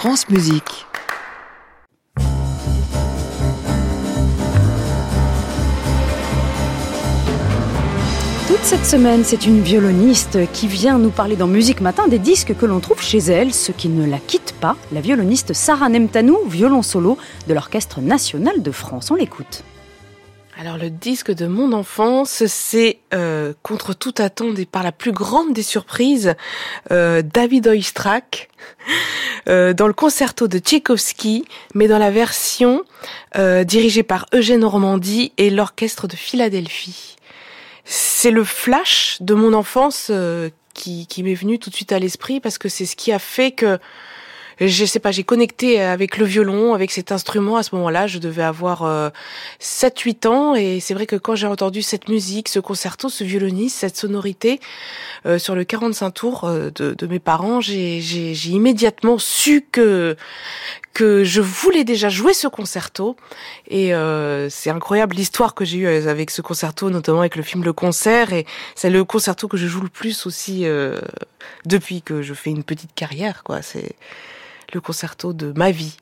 France Musique. Toute cette semaine, c'est une violoniste qui vient nous parler dans Musique Matin des disques que l'on trouve chez elle, ce qui ne la quitte pas, la violoniste Sarah Nemtanou, violon solo de l'Orchestre National de France. On l'écoute. Alors le disque de mon enfance, c'est contre toute attente et par la plus grande des surprises, David Oistrakh, dans le concerto de Tchaïkovski, mais dans la version dirigée par Eugène Ormandy et l'Orchestre de Philadelphie. C'est le flash de mon enfance qui m'est venu tout de suite à l'esprit parce que c'est ce qui a fait que j'ai connecté avec le violon, avec cet instrument. À ce moment-là, je devais avoir 7-8 ans. Et c'est vrai que quand j'ai entendu cette musique, ce concerto, ce violoniste, cette sonorité, sur le 45 tours de mes parents, j'ai immédiatement su que je voulais déjà jouer ce concerto. Et c'est incroyable l'histoire que j'ai eue avec ce concerto, notamment avec le film Le Concert. Et c'est le concerto que je joue le plus aussi depuis que je fais une petite carrière, quoi. C'est le concerto de ma vie.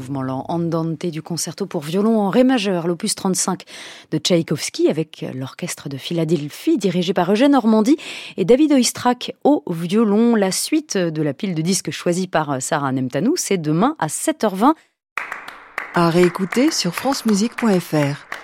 mouvement lent Andante du concerto pour violon en ré majeur, l'opus 35 de Tchaïkovski avec l'orchestre de Philadelphie dirigé par Eugène Ormandy et David Oistrakh au violon. La suite de la pile de disques choisie par Sarah Nemtanou, c'est demain à 7h20. À réécouter sur francemusique.fr.